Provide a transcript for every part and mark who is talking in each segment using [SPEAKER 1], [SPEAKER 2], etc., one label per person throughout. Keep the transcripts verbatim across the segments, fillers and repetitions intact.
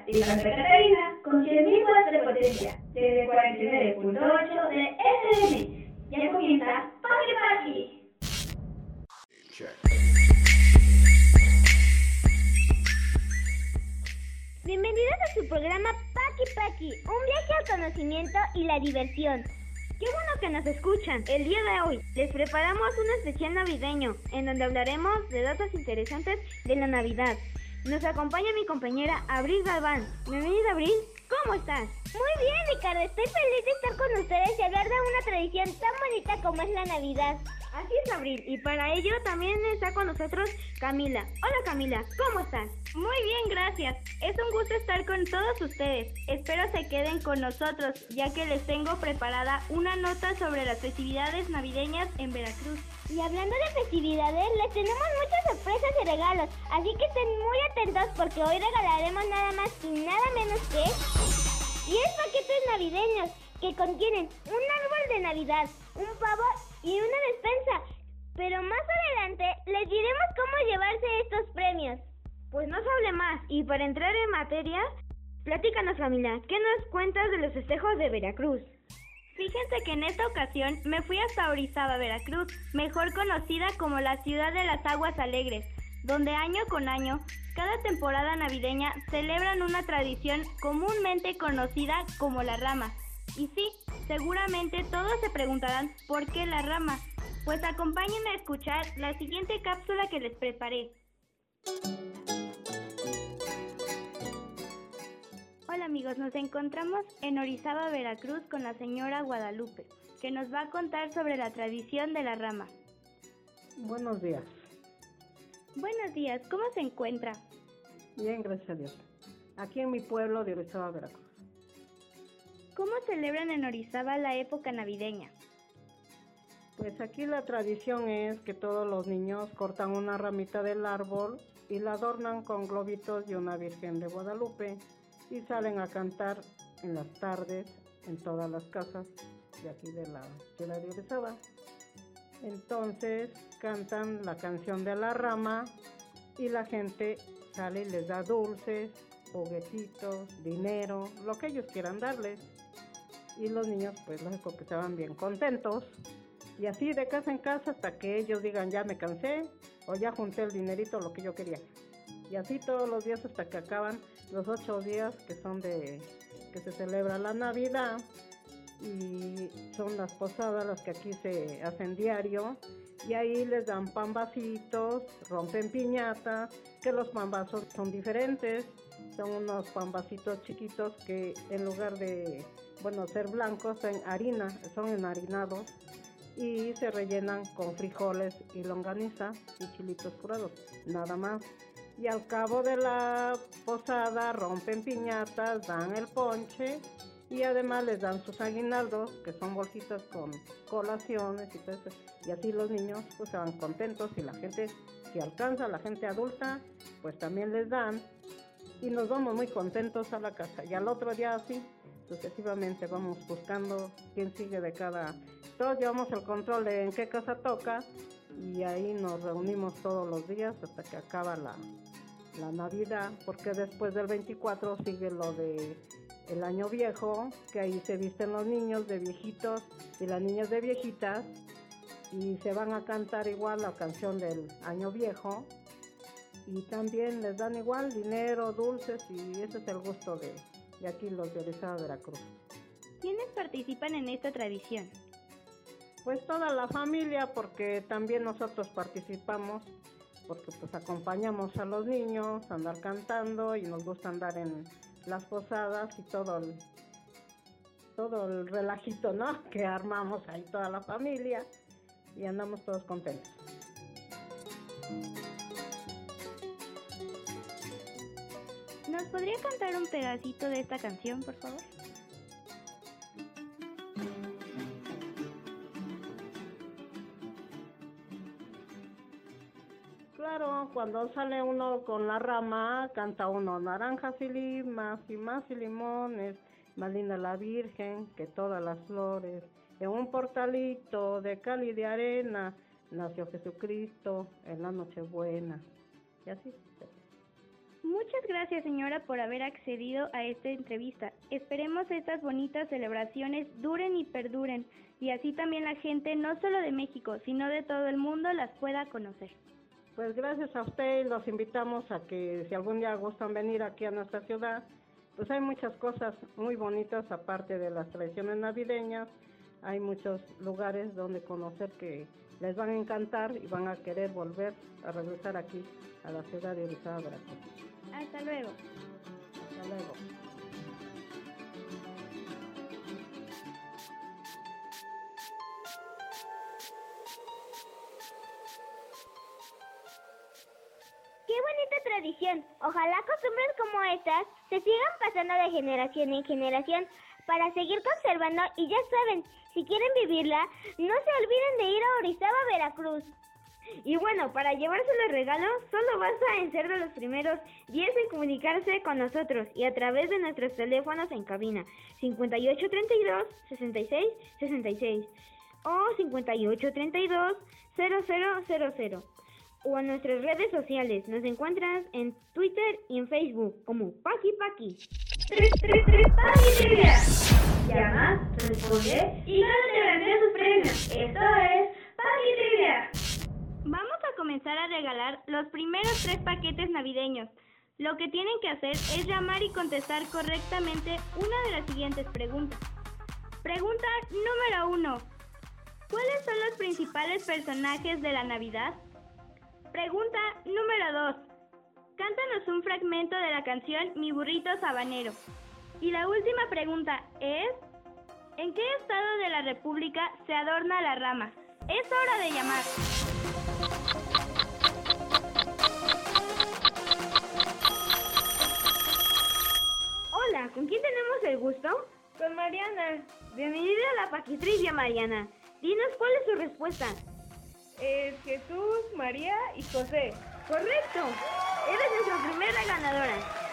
[SPEAKER 1] y Santa Catarina con cien mil watts de potencia, desde cuarenta y nueve punto ocho de F M. Ya comienza Paqui Paqui.
[SPEAKER 2] Bienvenidos a su programa Paqui Paqui, un viaje al conocimiento y la diversión.
[SPEAKER 3] ¡Qué bueno que nos escuchan! El día de hoy les preparamos un especial navideño en donde hablaremos de datos interesantes de la Navidad. Nos acompaña mi compañera Abril Galván. Bienvenida, Abril. ¿Cómo estás?
[SPEAKER 2] Muy bien, Ricardo. Estoy feliz de estar con ustedes y hablar de una tradición tan bonita como es la Navidad.
[SPEAKER 3] Así es, Abril. Y para ello también está con nosotros Camila. Hola, Camila. ¿Cómo estás?
[SPEAKER 4] Muy bien, gracias. Es un gusto estar con todos ustedes. Espero se queden con nosotros, ya que les tengo preparada una nota sobre las festividades navideñas en Veracruz.
[SPEAKER 2] Y hablando de festividades, les tenemos muchas sorpresas y regalos, así que estén muy atentos porque hoy regalaremos nada más y nada menos que diez paquetes navideños que contienen un árbol de Navidad, un pavo y una despensa. Pero más adelante les diremos cómo llevarse estos premios.
[SPEAKER 3] Pues no se hable más, y para entrar en materia, platícanos, Camila, ¿qué nos cuentas de los festejos de Veracruz?
[SPEAKER 4] Fíjense que en esta ocasión me fui hasta Orizaba, Veracruz, mejor conocida como la ciudad de las aguas alegres, donde año con año, cada temporada navideña celebran una tradición comúnmente conocida como la rama. Y sí, seguramente todos se preguntarán ¿por qué la rama? Pues acompáñenme a escuchar la siguiente cápsula que les preparé. Hola amigos, nos encontramos en Orizaba, Veracruz con la señora Guadalupe, que nos va a contar sobre la tradición de la rama.
[SPEAKER 5] Buenos días.
[SPEAKER 4] Buenos días, ¿cómo se encuentra?
[SPEAKER 5] Bien, gracias a Dios. Aquí en mi pueblo de Orizaba, Veracruz.
[SPEAKER 4] ¿Cómo celebran en Orizaba la época navideña?
[SPEAKER 5] Pues aquí la tradición es que todos los niños cortan una ramita del árbol y la adornan con globitos y una Virgen de Guadalupe y salen a cantar en las tardes en todas las casas de aquí de la ciudad de Orizaba. Entonces cantan la canción de la rama y la gente sale y les da dulces, juguetitos, dinero, lo que ellos quieran darles. Y los niños, pues lógico que se van bien contentos. Y así de casa en casa hasta que ellos digan ya me cansé o ya junté el dinerito, lo que yo quería. Y así todos los días hasta que acaban los ocho días que son de que se celebra la Navidad. Y son las posadas las que aquí se hacen diario. Y ahí les dan pambacitos, rompen piñatas, que los pambazos son diferentes. Son unos pambacitos chiquitos que en lugar de, bueno, ser blancos, son harina, son enharinados. Y se rellenan con frijoles y longaniza y chilitos curados, nada más. Y al cabo de la posada rompen piñatas, dan el ponche y además les dan sus aguinaldos, que son bolsitas con colaciones y todo eso. Y así los niños pues se van contentos y la gente, si alcanza, la gente adulta, pues también les dan. Y nos vamos muy contentos a la casa. Y al otro día así, sucesivamente vamos buscando quién sigue de cada... Todos llevamos el control de en qué casa toca y ahí nos reunimos todos los días hasta que acaba la, la Navidad, porque después del veinticuatro sigue lo de el año viejo, que ahí se visten los niños de viejitos y las niñas de viejitas y se van a cantar igual la canción del año viejo y también les dan igual dinero, dulces y ese es el gusto de, de aquí los de Orizaba, Veracruz.
[SPEAKER 4] ¿Quiénes participan en esta tradición?
[SPEAKER 5] Pues toda la familia, porque también nosotros participamos, porque pues acompañamos a los niños a andar cantando y nos gusta andar en las posadas y todo el, todo el relajito, ¿no? Que armamos ahí toda la familia y andamos todos contentos.
[SPEAKER 4] ¿Nos podría cantar un pedacito de esta canción, por favor?
[SPEAKER 5] Claro, cuando sale uno con la rama, canta uno naranjas y limas y más y limones, más linda la Virgen que todas las flores. En un portalito de cal y de arena nació Jesucristo en la Nochebuena. Y así.
[SPEAKER 4] Muchas gracias, señora, por haber accedido a esta entrevista. Esperemos estas bonitas celebraciones duren y perduren, y así también la gente, no solo de México, sino de todo el mundo, las pueda conocer.
[SPEAKER 5] Pues gracias a usted, los invitamos a que si algún día gustan venir aquí a nuestra ciudad, pues hay muchas cosas muy bonitas aparte de las tradiciones navideñas. Hay muchos lugares donde conocer que les van a encantar y van a querer volver a regresar aquí a la ciudad de Orizaba, Veracruz.
[SPEAKER 4] Hasta luego.
[SPEAKER 5] Hasta luego.
[SPEAKER 2] ¡Qué bonita tradición! Ojalá costumbres como estas se sigan pasando de generación en generación para seguir conservando y ya saben, si quieren vivirla, no se olviden de ir a Orizaba, Veracruz.
[SPEAKER 3] Y bueno, para llevarse los regalos, solo basta en ser de los primeros diez en comunicarse con nosotros y a través de nuestros teléfonos en cabina cincuenta y ocho treinta y dos, sesenta y seis sesenta y seis o cincuenta y ocho treinta y dos, cero cero cero cero o en nuestras redes sociales. Nos encuentras en Twitter y en Facebook como Paqui Paqui.
[SPEAKER 1] Tri, tri, tri, Paqui Trivia. Llama, responde y gánate grandiosos premios. Esto es Paqui Trivia.
[SPEAKER 4] Vamos a comenzar a regalar los primeros tres paquetes navideños. Lo que tienen que hacer es llamar y contestar correctamente una de las siguientes preguntas. Pregunta número uno. ¿Cuáles son los principales personajes de la Navidad? Pregunta número dos. Cántanos un fragmento de la canción Mi burrito sabanero. Y la última pregunta es: ¿en qué estado de la República se adorna la rama? Es hora de llamar.
[SPEAKER 3] Hola, ¿con quién tenemos el gusto?
[SPEAKER 4] Con Mariana.
[SPEAKER 3] Bienvenida a la Paqui Trivia, Mariana. Dinos cuál es su respuesta.
[SPEAKER 4] Es Jesús, María y José.
[SPEAKER 3] ¡Correcto! Eres nuestra primera ganadora.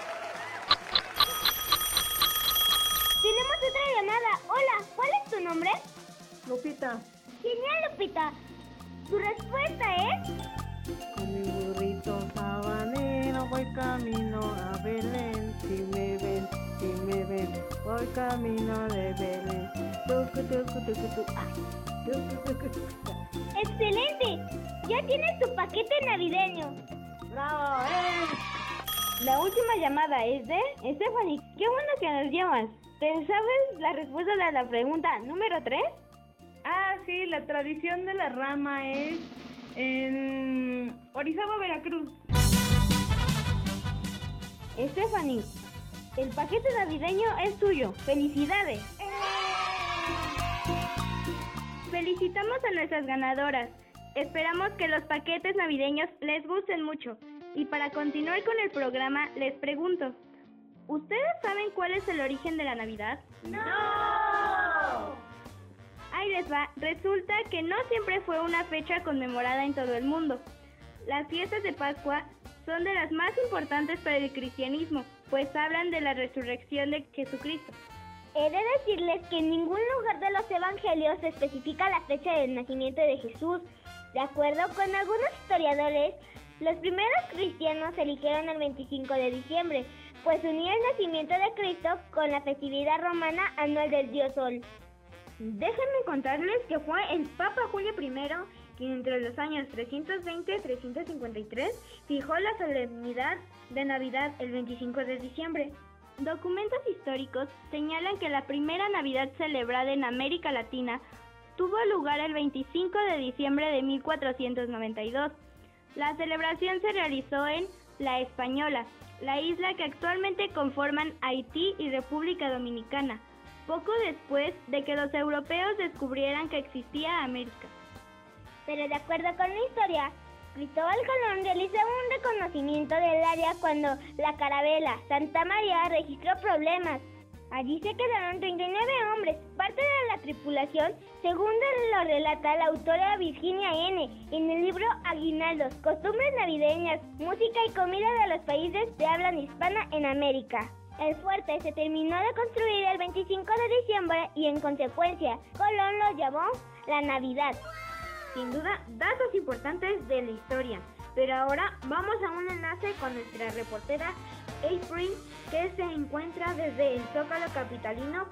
[SPEAKER 2] Tenemos otra llamada. Hola, ¿cuál es tu nombre?
[SPEAKER 5] Lupita,
[SPEAKER 2] Genial, Lupita. Tu respuesta es...
[SPEAKER 5] con mi burrito sabanero voy camino a Belén. Si me ven, si me ven, voy camino de Belén. Tucu, tucu, tucu, tucu. Ay, tucu, tucu, tucu.
[SPEAKER 2] ¡Excelente! Ya tienes tu paquete navideño.
[SPEAKER 5] ¡Bravo, eh!
[SPEAKER 3] La última llamada es de Stephanie. Qué bueno que nos llamas. ¿Te sabes la respuesta de la pregunta número tres?
[SPEAKER 4] Ah, sí, la tradición de la rama es en Orizaba, Veracruz.
[SPEAKER 3] Stephanie, el paquete navideño es tuyo. ¡Felicidades!
[SPEAKER 4] Felicitamos a nuestras ganadoras. Esperamos que los paquetes navideños les gusten mucho. Y para continuar con el programa, les pregunto, ¿ustedes saben cuál es el origen de la Navidad?
[SPEAKER 1] ¡No!
[SPEAKER 4] Ahí les va. Resulta que no siempre fue una fecha conmemorada en todo el mundo. Las fiestas de Pascua son de las más importantes para el cristianismo, pues hablan de la resurrección de Jesucristo.
[SPEAKER 2] He de decirles que en ningún lugar de los evangelios se especifica la fecha del nacimiento de Jesús. De acuerdo con algunos historiadores, los primeros cristianos eligieron el veinticinco de diciembre, pues unía el nacimiento de Cristo con la festividad romana anual del dios Sol.
[SPEAKER 3] Déjenme contarles que fue el Papa Julio primero quien entre los años trescientos veinte y trescientos cincuenta y tres fijó la solemnidad de Navidad el veinticinco de diciembre.
[SPEAKER 4] Documentos históricos señalan que la primera Navidad celebrada en América Latina tuvo lugar el veinticinco de diciembre de mil cuatrocientos noventa y dos. La celebración se realizó en La Española, la isla que actualmente conforman Haití y República Dominicana, poco después de que los europeos descubrieran que existía América.
[SPEAKER 2] Pero de acuerdo con la historia, Cristóbal Colón realizó un reconocimiento del área cuando la carabela Santa María registró problemas. Allí se quedaron treinta y nueve hombres, parte de la tripulación, según lo relata la autora Virginia N. en el libro Aguinaldos, costumbres navideñas, música y comida de los países de habla hispana en América. El fuerte se terminó de construir el veinticinco de diciembre y en consecuencia, Colón lo llamó la Navidad.
[SPEAKER 3] Sin duda, datos importantes de la historia. Pero ahora vamos a un enlace con nuestra reportera April, que se encuentra desde el Zócalo capitalino.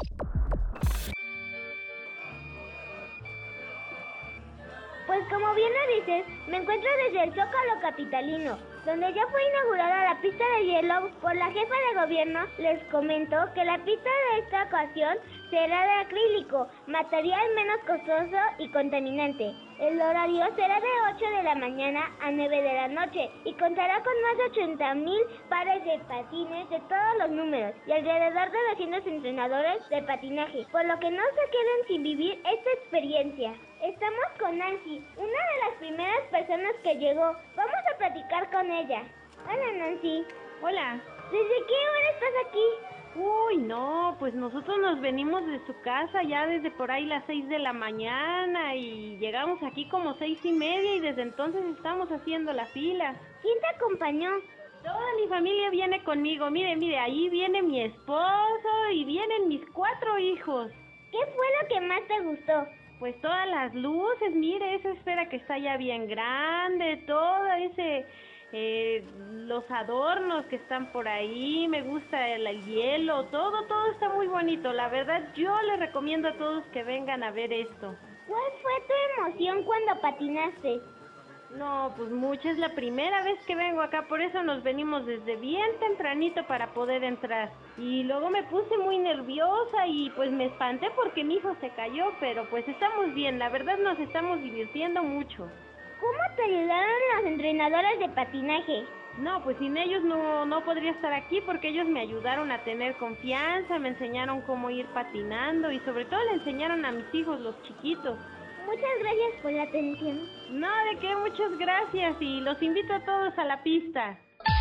[SPEAKER 2] Pues como bien lo dices, me encuentro desde el Zócalo capitalino, donde ya fue inaugurada la pista de hielo por la jefa de gobierno. Les comento que la pista de esta ocasión será de acrílico, material menos costoso y contaminante. El horario será de ocho de la mañana a nueve de la noche y contará con más de ochenta mil pares de patines de todos los números y alrededor de doscientos entrenadores de patinaje, por lo que no se queden sin vivir esta experiencia. Estamos con Nancy, una de las primeras personas que llegó. Vamos a platicar con ella. Hola, Nancy.
[SPEAKER 6] Hola.
[SPEAKER 2] ¿Desde qué hora estás aquí?
[SPEAKER 6] Uy, no, pues nosotros nos venimos de su casa ya desde por ahí las seis de la mañana y llegamos aquí como seis y media y desde entonces estamos haciendo la fila.
[SPEAKER 2] ¿Quién te acompañó?
[SPEAKER 6] Toda mi familia viene conmigo. Mire, mire, ahí viene mi esposo y vienen mis cuatro hijos.
[SPEAKER 2] ¿Qué fue lo que más te gustó?
[SPEAKER 6] Pues todas las luces, mire, esa esfera que está ya bien grande, todo ese... Eh, los adornos que están por ahí, me gusta el, el hielo, todo, todo está muy bonito. La verdad, yo les recomiendo a todos que vengan a ver esto.
[SPEAKER 2] ¿Cuál fue tu emoción cuando patinaste?
[SPEAKER 6] No, pues mucha, es la primera vez que vengo acá, por eso nos venimos desde bien tempranito para poder entrar. Y luego me puse muy nerviosa y pues me espanté porque mi hijo se cayó, pero pues estamos bien, la verdad nos estamos divirtiendo mucho.
[SPEAKER 2] ¿Cómo te ayudaron los entrenadores de patinaje?
[SPEAKER 6] No, pues sin ellos no, no podría estar aquí porque ellos me ayudaron a tener confianza, me enseñaron cómo ir patinando y sobre todo le enseñaron a mis hijos, los chiquitos.
[SPEAKER 2] Muchas gracias por la atención.
[SPEAKER 6] No, de qué, muchas gracias y los invito a todos a la pista.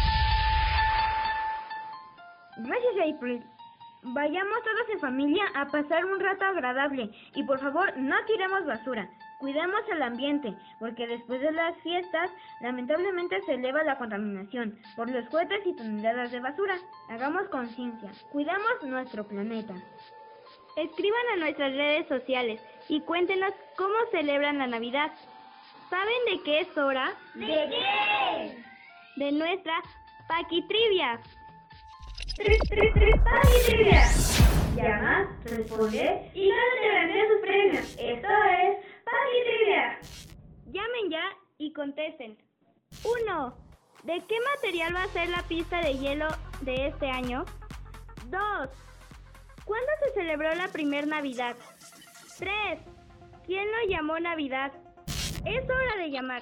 [SPEAKER 3] Gracias, April. Vayamos todos en familia a pasar un rato agradable y por favor no tiremos basura. Cuidemos el ambiente, porque después de las fiestas, lamentablemente se eleva la contaminación por los cohetes y toneladas de basura. Hagamos conciencia, cuidemos nuestro planeta.
[SPEAKER 4] Escriban a nuestras redes sociales y cuéntenos cómo celebran la Navidad. ¿Saben de qué es hora?
[SPEAKER 1] ¿De qué?
[SPEAKER 4] De nuestra Paquitrivia.
[SPEAKER 1] Tri, tri, tri, Paquitrivia. Llama, responde y gánate durante sus premios. Esto es Paquitrivia.
[SPEAKER 4] Llamen ya y contesten. uno. ¿De qué material va a ser la pista de hielo de este año? dos. ¿Cuándo se celebró la primer Navidad? tres. ¿Quién lo llamó Navidad? Es hora de llamar.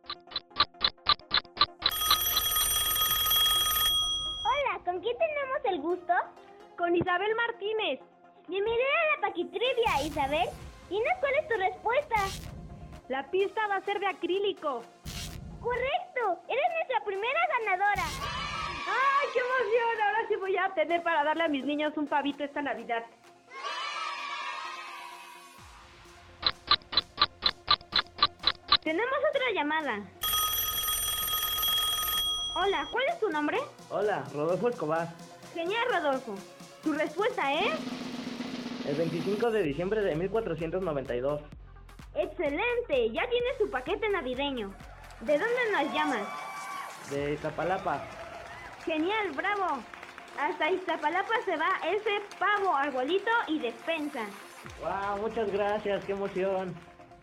[SPEAKER 2] Hola, ¿con quién tenemos el gusto?
[SPEAKER 4] Con Isabel Martínez.
[SPEAKER 2] Bienvenida a la Paquitrivia, Isabel. Dinos cuál es tu respuesta.
[SPEAKER 6] La pista va a ser de acrílico.
[SPEAKER 2] ¡Correcto! ¡Eres nuestra primera ganadora!
[SPEAKER 6] ¡Ay, qué emoción! Ahora sí voy a tener para darle a mis niños un pavito esta Navidad.
[SPEAKER 3] Tenemos otra llamada. Hola, ¿cuál es tu nombre?
[SPEAKER 7] Hola, Rodolfo Escobar.
[SPEAKER 3] Genial, Rodolfo. ¿Tu respuesta es?
[SPEAKER 7] El veinticinco de diciembre de mil cuatrocientos noventa y dos.
[SPEAKER 3] ¡Excelente! Ya tienes tu paquete navideño. ¿De dónde nos llamas?
[SPEAKER 7] De Iztapalapa.
[SPEAKER 3] Genial, bravo. Hasta Iztapalapa se va ese pavo, arbolito y despensa.
[SPEAKER 7] ¡Wow! Muchas gracias, qué emoción.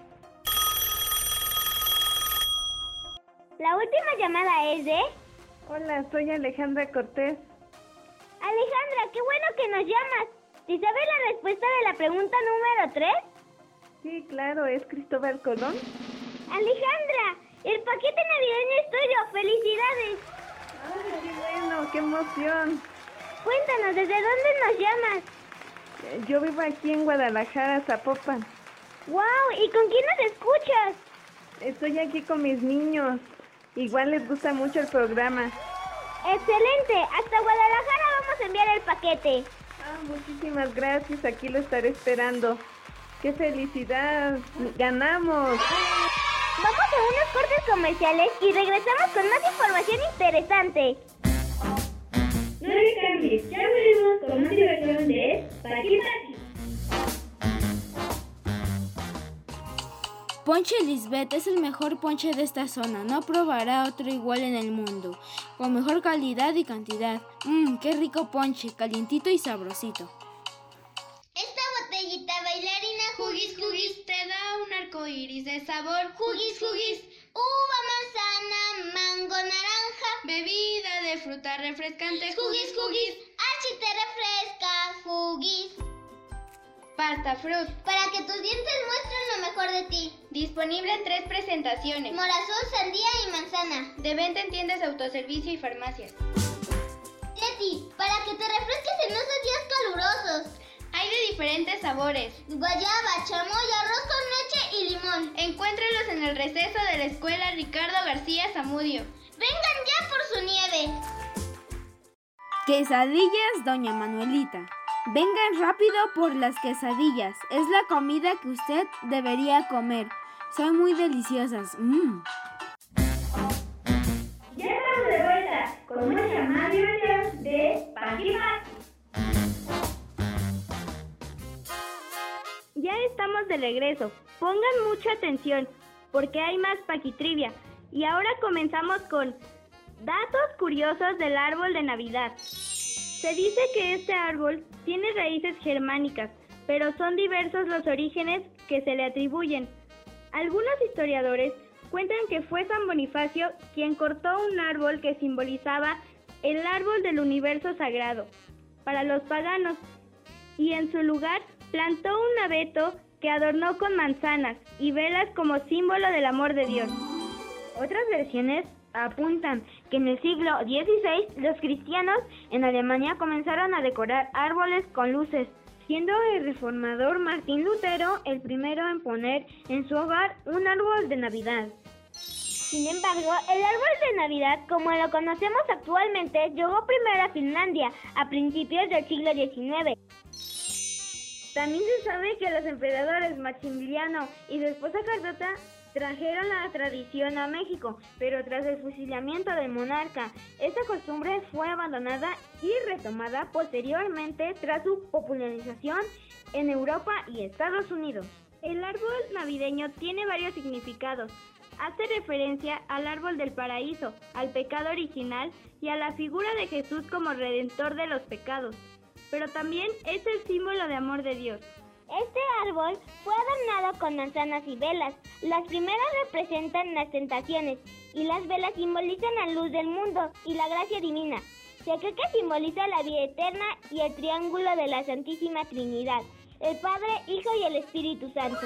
[SPEAKER 2] La última llamada es de...
[SPEAKER 6] Hola, soy Alejandra Cortés.
[SPEAKER 2] Alejandra, qué bueno que nos llamas. ¿Te sabes la respuesta de la pregunta número tres?
[SPEAKER 6] Sí, claro, es Cristóbal Colón.
[SPEAKER 2] Alejandra, el paquete navideño es tuyo. ¡Felicidades!
[SPEAKER 6] ¡Ay, qué bueno! ¡Qué emoción!
[SPEAKER 2] Cuéntanos, ¿desde dónde nos llamas?
[SPEAKER 6] Eh, Yo vivo aquí en Guadalajara, Zapopan.
[SPEAKER 2] ¡Wow! ¿Y con quién nos escuchas?
[SPEAKER 6] Estoy aquí con mis niños. Igual les gusta mucho el programa.
[SPEAKER 2] ¡Excelente! Hasta Guadalajara vamos a enviar el paquete.
[SPEAKER 6] Ah, muchísimas gracias, aquí lo estaré esperando. ¡Qué felicidad! ¡Ganamos!
[SPEAKER 2] Vamos a unos cortes comerciales y regresamos con más información interesante.
[SPEAKER 1] No le cambies, ya volvemos con más diversión de Paqui Paqui.
[SPEAKER 8] Ponche Lisbeth es el mejor ponche de esta zona. No probará otro igual en el mundo. Con mejor calidad y cantidad. Mmm, qué rico ponche, calientito y sabrosito.
[SPEAKER 2] Esta botellita bailarina,
[SPEAKER 4] Huggies, Huggies, te da un arco iris de sabor.
[SPEAKER 2] Huggies, Huggies, uva, manzana, mango, naranja.
[SPEAKER 4] Bebida de fruta refrescante.
[SPEAKER 2] Huggies, Huggies, así te refresca. Huggies.
[SPEAKER 4] Pasta Fruit,
[SPEAKER 2] Para que tus dientes muestren lo mejor de ti.
[SPEAKER 4] disponible en tres presentaciones.
[SPEAKER 2] Morazón, sandía y manzana.
[SPEAKER 4] De venta en tiendas de autoservicio y farmacias.
[SPEAKER 2] Teti, para que te refresques en esos días calurosos.
[SPEAKER 4] Hay de diferentes sabores.
[SPEAKER 2] Guayaba, chamoy, arroz con leche y limón.
[SPEAKER 4] Encuéntralos en el receso de la escuela Ricardo García Zamudio.
[SPEAKER 2] Vengan ya por su nieve.
[SPEAKER 8] Quesadillas Doña Manuelita. Vengan rápido por las quesadillas. Es la comida que usted debería comer. Son muy deliciosas. Mmm.
[SPEAKER 1] Ya estamos de vuelta con mucha más diversión de Paquipac.
[SPEAKER 4] Ya estamos de regreso. Pongan mucha atención porque hay más Paquitrivia. Y ahora comenzamos con datos curiosos del árbol de Navidad. Se dice que este árbol tiene raíces germánicas, pero son diversos los orígenes que se le atribuyen. Algunos historiadores cuentan que fue San Bonifacio quien cortó un árbol que simbolizaba el árbol del universo sagrado para los paganos y en su lugar plantó un abeto que adornó con manzanas y velas como símbolo del amor de Dios. Otras versiones apuntan que en el siglo dieciséis los cristianos en Alemania comenzaron a decorar árboles con luces, siendo el reformador Martín Lutero el primero en poner en su hogar un árbol de Navidad.
[SPEAKER 2] Sin embargo, el árbol de Navidad, como lo conocemos actualmente, llegó primero a Finlandia a principios del siglo diecinueve.
[SPEAKER 4] También se sabe que los emperadores Maximiliano y su esposa Carlota trajeron la tradición a México, pero tras el fusilamiento del monarca, esta costumbre fue abandonada y retomada posteriormente tras su popularización en Europa y Estados Unidos. El árbol navideño tiene varios significados. Hace referencia al árbol del paraíso, al pecado original y a la figura de Jesús como redentor de los pecados, pero también es el símbolo de amor de Dios.
[SPEAKER 2] Este árbol fue adornado con manzanas y velas. Las primeras representan las tentaciones y las velas simbolizan la luz del mundo y la gracia divina. Se cree que simboliza la vida eterna y el triángulo de la Santísima Trinidad, el Padre, Hijo y el Espíritu Santo.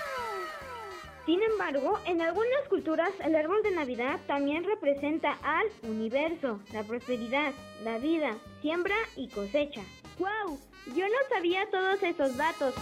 [SPEAKER 4] Sin embargo, en algunas culturas el árbol de Navidad también representa al universo, la prosperidad, la vida, siembra y cosecha. ¡Wow! Yo no sabía todos esos datos.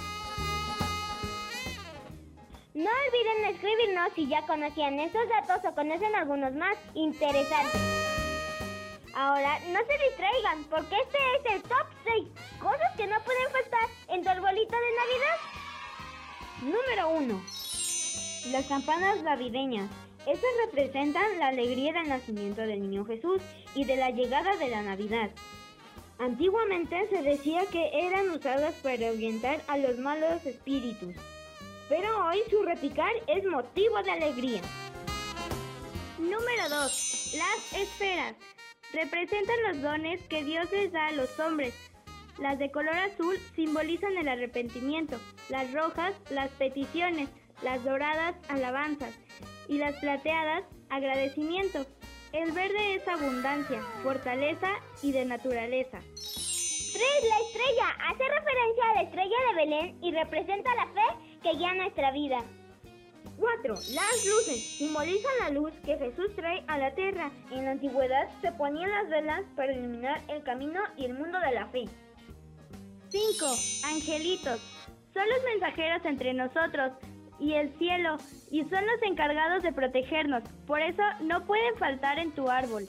[SPEAKER 2] No olviden escribirnos si ya conocían esos datos o conocen algunos más interesantes. Ahora, no se distraigan, porque este es el top seis cosas que no pueden faltar en tu arbolito de Navidad.
[SPEAKER 4] Número uno. Las campanas navideñas. Estas representan la alegría del nacimiento del niño Jesús y de la llegada de la Navidad. Antiguamente se decía que eran usadas para ahuyentar a los malos espíritus, pero hoy su repicar es motivo de alegría. Número dos. Las esferas. Representan los dones que Dios les da a los hombres. Las de color azul simbolizan el arrepentimiento, las rojas las peticiones, las doradas alabanzas y las plateadas agradecimiento. El verde es abundancia, fortaleza y de naturaleza.
[SPEAKER 2] tres. La estrella hace referencia a la estrella de Belén y representa la fe que guía nuestra vida.
[SPEAKER 4] cuatro. Las luces simbolizan la luz que Jesús trae a la tierra. En la antigüedad se ponían las velas para iluminar el camino y el mundo de la fe. cinco. Angelitos. Son los mensajeros entre nosotros y el cielo, y son los encargados de protegernos, por eso no pueden faltar en tu árbol.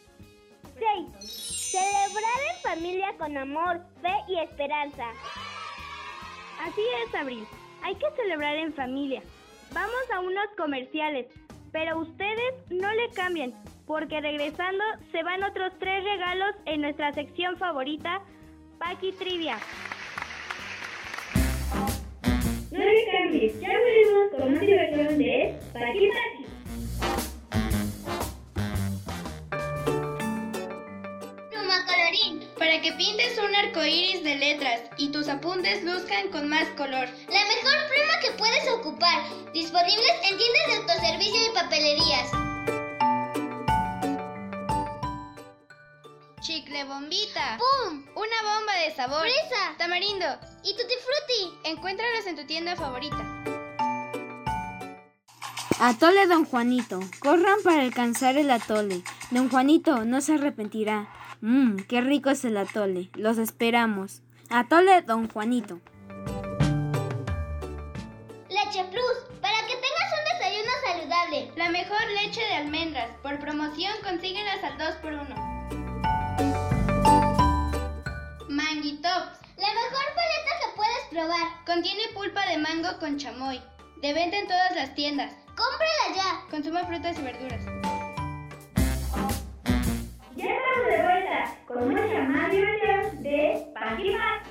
[SPEAKER 2] seis. Celebrar en familia con amor, fe y esperanza.
[SPEAKER 4] Así es, Abril, hay que celebrar en familia. Vamos a unos comerciales, pero ustedes no le cambien, porque regresando se van otros tres regalos en nuestra sección favorita, Paquitrivia.
[SPEAKER 1] le cambies, ya volvemos con más diversión de Paqui Paqui.
[SPEAKER 9] Colorín, para que pintes un arco iris de letras y tus apuntes luzcan con más color.
[SPEAKER 2] La mejor pluma que puedes ocupar. Disponibles en tiendas de autoservicio y papelerías.
[SPEAKER 9] Chicle bombita.
[SPEAKER 2] ¡Pum!
[SPEAKER 9] Una bomba de sabor.
[SPEAKER 2] ¡Fresa!
[SPEAKER 9] Tamarindo.
[SPEAKER 2] Y Tutti Frutti.
[SPEAKER 9] Encuéntralos en tu tienda favorita.
[SPEAKER 8] Atole Don Juanito. Corran para alcanzar el atole. Don Juanito no se arrepentirá. Mmm, qué rico es el atole. Los esperamos. Atole Don Juanito.
[SPEAKER 2] Leche Plus, para que tengas un desayuno saludable.
[SPEAKER 9] La mejor leche de almendras. Por promoción consíguelas al dos por uno. Mangy Tops.
[SPEAKER 2] La mejor paleta que puedes probar.
[SPEAKER 9] Contiene pulpa de mango con chamoy. De venta en todas las tiendas.
[SPEAKER 2] ¡Cómprala ya!
[SPEAKER 9] Consuma frutas y verduras.
[SPEAKER 1] Ya estamos de vuelta con mucha más diversión de Paqui Paqui.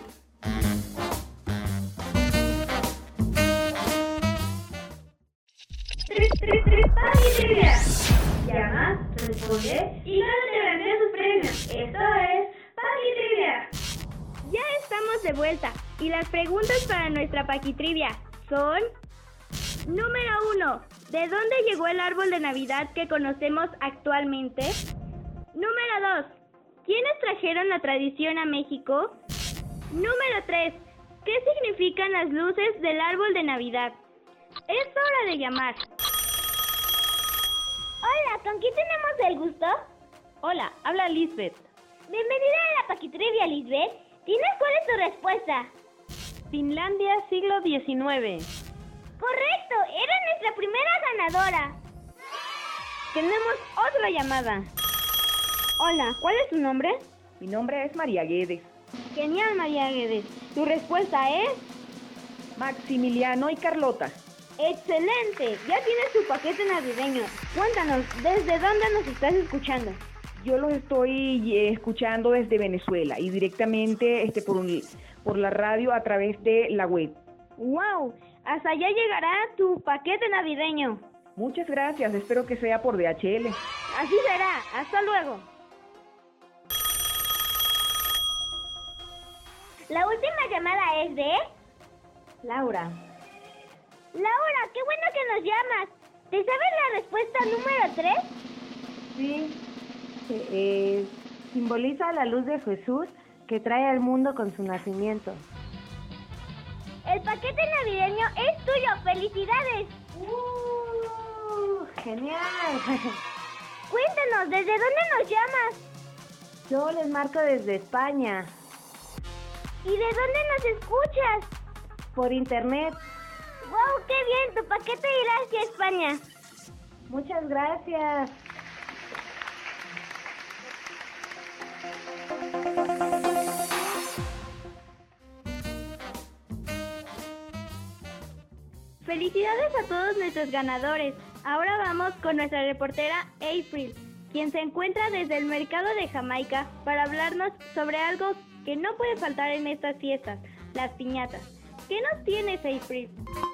[SPEAKER 1] Paqui Trivia. Llama, responde y gánate la envía sus premios. Esto es Paqui Trivia.
[SPEAKER 4] Ya estamos de vuelta y las preguntas para nuestra Paquitrivia son: número uno, ¿de dónde llegó el árbol de Navidad que conocemos actualmente? Número dos, ¿quiénes trajeron la tradición a México? Número tres, ¿qué significan las luces del árbol de Navidad? Es hora de llamar.
[SPEAKER 2] Hola, ¿con quién tenemos el gusto?
[SPEAKER 6] Hola, habla Lisbeth.
[SPEAKER 2] Bienvenida a la Paquitrivia, Lisbeth. ¿Tienes cuál es tu respuesta?
[SPEAKER 6] Finlandia, siglo diecinueve.
[SPEAKER 2] Correcto, era nuestra primera ganadora.
[SPEAKER 4] Tenemos otra llamada. Hola, ¿cuál es tu nombre?
[SPEAKER 10] Mi nombre es María Guedes.
[SPEAKER 4] Genial, María Guedes. ¿Tu respuesta es?
[SPEAKER 10] Maximiliano y Carlota.
[SPEAKER 4] ¡Excelente! Ya tienes tu paquete navideño. Cuéntanos, ¿desde dónde nos estás escuchando?
[SPEAKER 10] Yo los estoy eh, escuchando desde Venezuela y directamente este, por, un, por la radio a través de la web.
[SPEAKER 4] ¡Wow! Hasta allá llegará tu paquete navideño.
[SPEAKER 10] Muchas gracias, espero que sea por D H L.
[SPEAKER 4] Así será, hasta luego.
[SPEAKER 2] La última llamada es de...
[SPEAKER 10] Laura.
[SPEAKER 2] Laura, qué bueno que nos llamas. ¿Te sabes la respuesta número tres?
[SPEAKER 11] Sí. Eh, simboliza la luz de Jesús que trae al mundo con su nacimiento.
[SPEAKER 2] El paquete navideño es tuyo. ¡Felicidades!
[SPEAKER 11] ¡Uh! ¡Genial!
[SPEAKER 2] Cuéntanos, ¿desde dónde nos llamas?
[SPEAKER 11] Yo les marco desde España.
[SPEAKER 2] ¿Y de dónde nos escuchas?
[SPEAKER 11] Por internet.
[SPEAKER 2] ¡Wow! ¡Qué bien! Tu paquete irá hacia España.
[SPEAKER 11] Muchas gracias.
[SPEAKER 4] Felicidades a todos nuestros ganadores. Ahora vamos con nuestra reportera April, quien se encuentra desde el mercado de Jamaica para hablarnos sobre algo que no puede faltar en estas fiestas, las piñatas. ¿Qué nos tienes, April?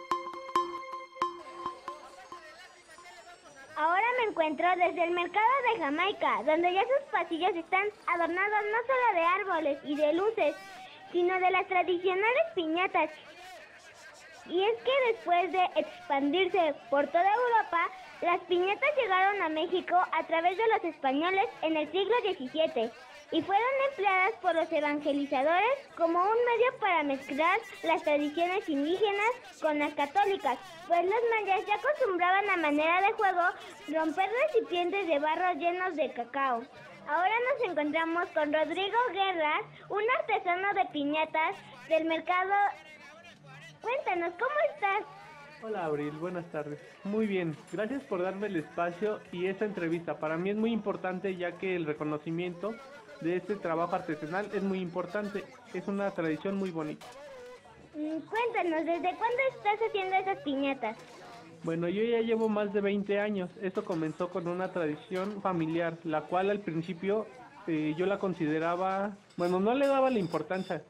[SPEAKER 2] Ahora me encuentro desde el mercado de Jamaica, donde ya sus pasillos están adornados no solo de árboles y de luces, sino de las tradicionales piñatas. Y es que después de expandirse por toda Europa, las piñatas llegaron a México a través de los españoles en el siglo diecisiete y fueron empleadas por los evangelizadores como un medio para mezclar las tradiciones indígenas con las católicas, pues los mayas ya acostumbraban a manera de juego romper recipientes de barro llenos de cacao. Ahora nos encontramos con Rodrigo Guerra, un artesano de piñatas del mercado. Cuéntanos, ¿cómo estás?
[SPEAKER 12] Hola Abril, buenas tardes. Muy bien, gracias por darme el espacio y esta entrevista. Para mí es muy importante ya que el reconocimiento de este trabajo artesanal es muy importante. Es una tradición muy bonita.
[SPEAKER 2] Mm, cuéntanos, ¿desde cuándo estás haciendo esas piñatas?
[SPEAKER 12] Bueno, yo ya llevo más de veinte años. Esto comenzó con una tradición familiar, la cual al principio eh, yo la consideraba, bueno, no le daba la importancia.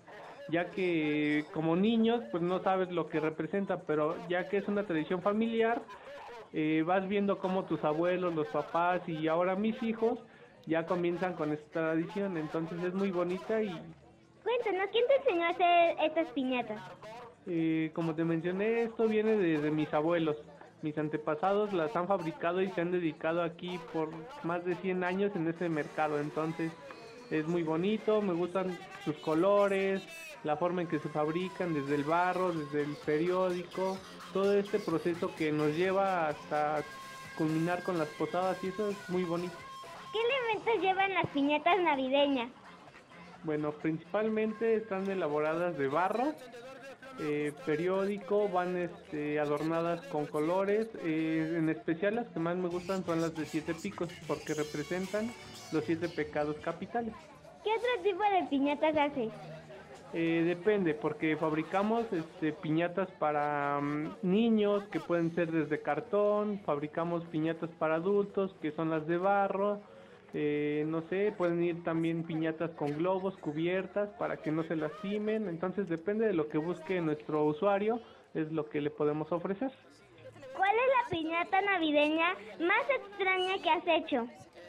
[SPEAKER 12] ya que como niños pues no sabes lo que representa, pero ya que es una tradición familiar, eh, vas viendo cómo tus abuelos, los papás y ahora mis hijos ya comienzan con esta tradición, entonces es muy bonita. Y
[SPEAKER 2] cuéntanos, ¿quién te enseñó a hacer estas piñatas?
[SPEAKER 12] Eh, como te mencioné, esto viene de, de mis abuelos. Mis antepasados las han fabricado y se han dedicado aquí por más de cien años en este mercado. Entonces es muy bonito, me gustan sus colores, la forma en que se fabrican, desde el barro, desde el periódico, todo este proceso que nos lleva hasta culminar con las posadas, y eso es muy bonito.
[SPEAKER 2] ¿Qué elementos llevan las piñatas navideñas?
[SPEAKER 12] Bueno, principalmente están elaboradas de barro, Eh, periódico, van este, adornadas con colores, eh, en especial las que más me gustan son las de siete picos, porque representan los siete pecados capitales.
[SPEAKER 2] ¿Qué otro tipo de piñatas haces?
[SPEAKER 12] Eh, depende, porque fabricamos este, piñatas para um, niños, que pueden ser desde cartón, fabricamos piñatas para adultos, que son las de barro. Eh, no sé, pueden ir también piñatas con globos, cubiertas, para que no se lastimen. Entonces depende de lo que busque nuestro usuario, es lo que le podemos ofrecer.
[SPEAKER 2] ¿Cuál es la piñata navideña más extraña que has hecho?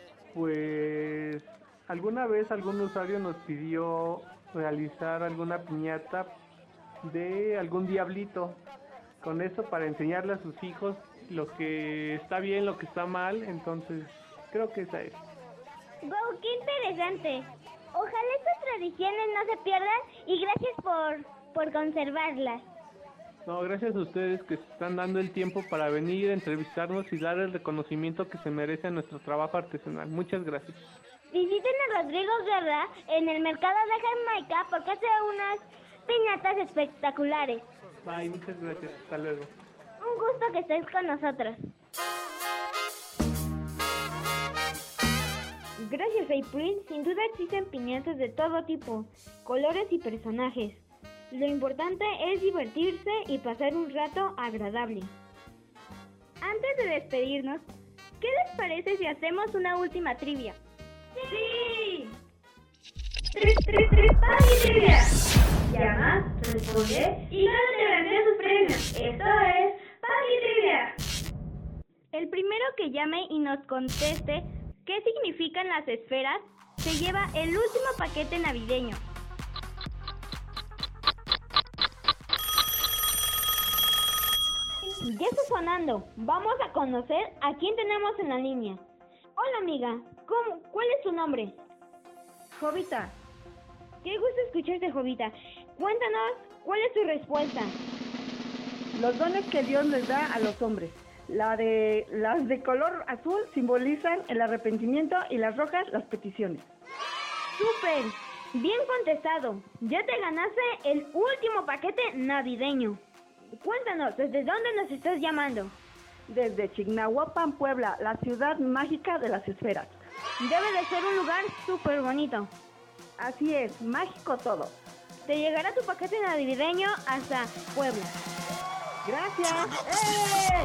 [SPEAKER 12] Pues alguna vez algún usuario nos pidió realizar alguna piñata de algún diablito, con eso para enseñarle a sus hijos lo que está bien, lo que está mal. Entonces creo que esa es.
[SPEAKER 2] ¡Wow! ¡Qué interesante! Ojalá estas tradiciones no se pierdan y gracias por, por conservarlas.
[SPEAKER 12] No, gracias a ustedes que se están dando el tiempo para venir, entrevistarnos y dar el reconocimiento que se merece a nuestro trabajo artesanal. Muchas gracias.
[SPEAKER 2] Visiten a Rodrigo Guerra en el mercado de Jamaica porque hace unas piñatas espectaculares.
[SPEAKER 12] Bye, muchas gracias. Hasta luego.
[SPEAKER 2] Un gusto que estés con nosotros.
[SPEAKER 3] Gracias a April, sin duda existen piñatas de todo tipo, colores y personajes. Lo importante es divertirse y pasar un rato agradable.
[SPEAKER 4] Antes de despedirnos, ¿qué les parece si hacemos una última trivia?
[SPEAKER 1] ¡Sí! ¡Tres, tres, tres, Paqui Trivia! Llama, responde y gánate ganar sus premios. Esto es Paqui Trivia.
[SPEAKER 4] El primero que llame y nos conteste ¿qué significan las esferas? Se lleva el último paquete navideño.
[SPEAKER 3] Ya está sonando. Vamos a conocer a quién tenemos en la línea. Hola amiga, ¿Cómo? ¿Cuál es tu nombre?
[SPEAKER 11] Jovita.
[SPEAKER 3] Qué gusto escucharte, Jovita. Cuéntanos, ¿cuál es tu respuesta?
[SPEAKER 11] Los dones que Dios les da a los hombres. La de, las de color azul simbolizan el arrepentimiento y las rojas las peticiones.
[SPEAKER 3] ¡Súper! Bien contestado. Ya te ganaste el último paquete navideño. Cuéntanos, ¿desde dónde nos estás llamando?
[SPEAKER 11] Desde Chignahuapan, Puebla, la ciudad mágica de las esferas.
[SPEAKER 3] Debe de ser un lugar súper bonito.
[SPEAKER 11] Así es, mágico todo.
[SPEAKER 3] Te llegará tu paquete navideño hasta Puebla.
[SPEAKER 11] ¡Gracias! ¡Eh!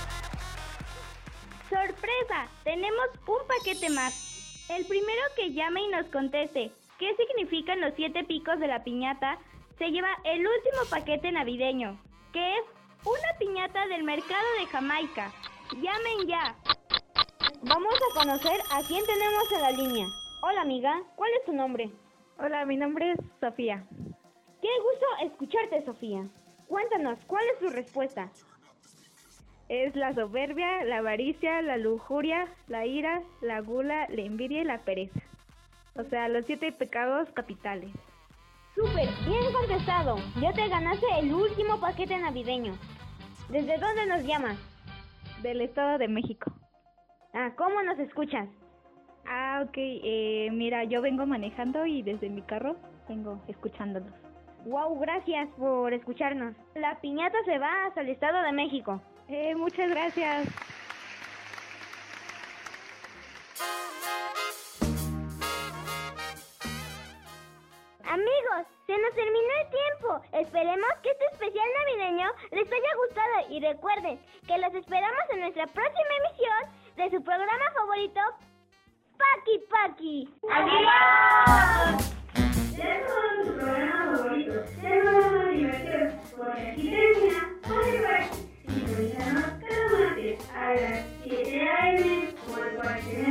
[SPEAKER 4] ¡Sorpresa! Tenemos un paquete más. El primero que llame y nos conteste qué significan los siete picos de la piñata se lleva el último paquete navideño, que es una piñata del mercado de Jamaica. ¡Llamen ya!
[SPEAKER 3] Vamos a conocer a quién tenemos en la línea. Hola amiga, ¿cuál es tu nombre?
[SPEAKER 11] Hola, mi nombre es Sofía.
[SPEAKER 3] Qué gusto escucharte, Sofía. Cuéntanos, ¿cuál es tu respuesta?
[SPEAKER 11] Es la soberbia, la avaricia, la lujuria, la ira, la gula, la envidia y la pereza. O sea, los siete pecados capitales.
[SPEAKER 3] ¡Súper! Bien contestado. Ya te ganaste el último paquete navideño. ¿Desde dónde nos llamas?
[SPEAKER 11] Del Estado de México.
[SPEAKER 3] Ah, ¿cómo nos escuchas?
[SPEAKER 11] Ah, ok. Eh, mira, yo vengo manejando y desde mi carro vengo escuchándolos.
[SPEAKER 3] Wow, gracias por escucharnos. La piñata se va hasta el Estado de México.
[SPEAKER 11] Eh, muchas gracias.
[SPEAKER 2] Amigos, se nos terminó el tiempo. Esperemos que este especial navideño les haya gustado y recuerden que los esperamos en nuestra próxima emisión de su programa favorito, Paqui Paqui.
[SPEAKER 1] ¡Adiós! Ya es todo en su programa favorito. tenemos diversión, porque aquí termina Oliver. Sintonízanos cada martes a las siete a eme por Cuarentena